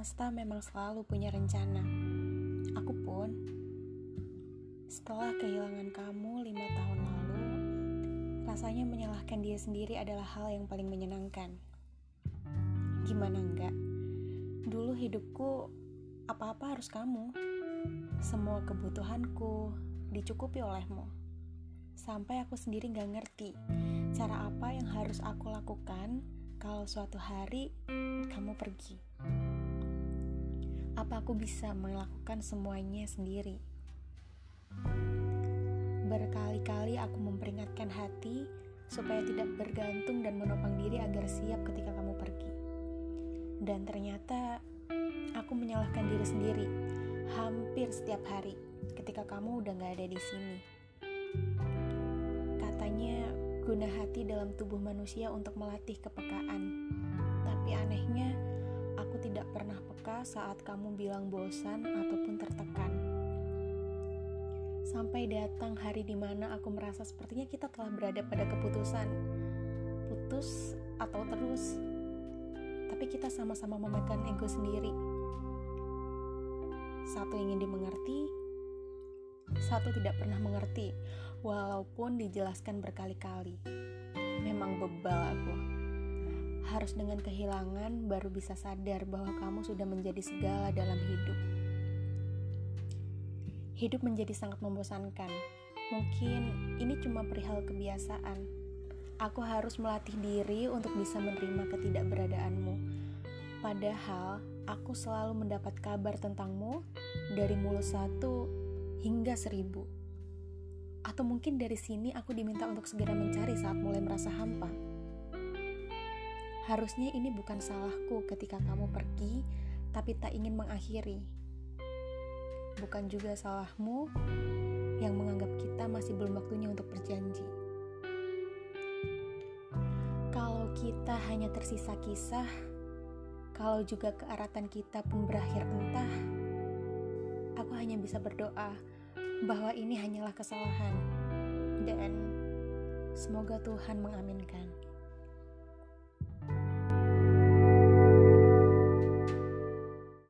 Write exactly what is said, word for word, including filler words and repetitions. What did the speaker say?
semesta memang selalu punya rencana. Aku pun, setelah kehilangan kamu lima tahun lalu, rasanya menyalahkan dia sendiri adalah hal yang paling menyenangkan. Gimana enggak? Dulu hidupku apa-apa harus kamu. Semua kebutuhanku dicukupi olehmu. Sampai aku sendiri gak ngerti cara apa yang harus aku lakukan kalau suatu hari kamu pergi. Apa aku bisa melakukan semuanya sendiri? Berkali-kali aku memperingatkan hati supaya tidak bergantung dan menopang diri agar siap ketika kamu pergi. Dan ternyata aku menyalahkan diri sendiri hampir setiap hari ketika kamu udah gak ada di sini. Katanya guna hati dalam tubuh manusia untuk melatih kepekaan. Tapi anehnya, aku tidak pernah peka saat kamu bilang bosan ataupun tertekan. Sampai datang hari di mana aku merasa sepertinya kita telah berada pada keputusan. Putus atau terus. Tapi kita sama-sama memegang ego sendiri. Satu ingin dimengerti, satu tidak pernah mengerti, walaupun dijelaskan berkali-kali. Memang bebal aku. Harus dengan kehilangan baru bisa sadar bahwa kamu sudah menjadi segala dalam hidup. Hidup menjadi sangat membosankan. Mungkin ini cuma perihal kebiasaan. Aku harus melatih diri untuk bisa menerima ketidakberadaanmu. Padahal aku selalu mendapat kabar tentangmu dari mulut satu hingga seribu. Atau mungkin dari sini aku diminta untuk segera mencari saat mulai merasa hampa. Harusnya ini bukan salahku ketika kamu pergi, tapi tak ingin mengakhiri. Bukan juga salahmu yang menganggap kita masih belum waktunya untuk berjanji. Kalau kita hanya tersisa kisah, kalau juga keeratan kita pun berakhir entah, aku hanya bisa berdoa bahwa ini hanyalah kesalahan, dan semoga Tuhan mengaminkan.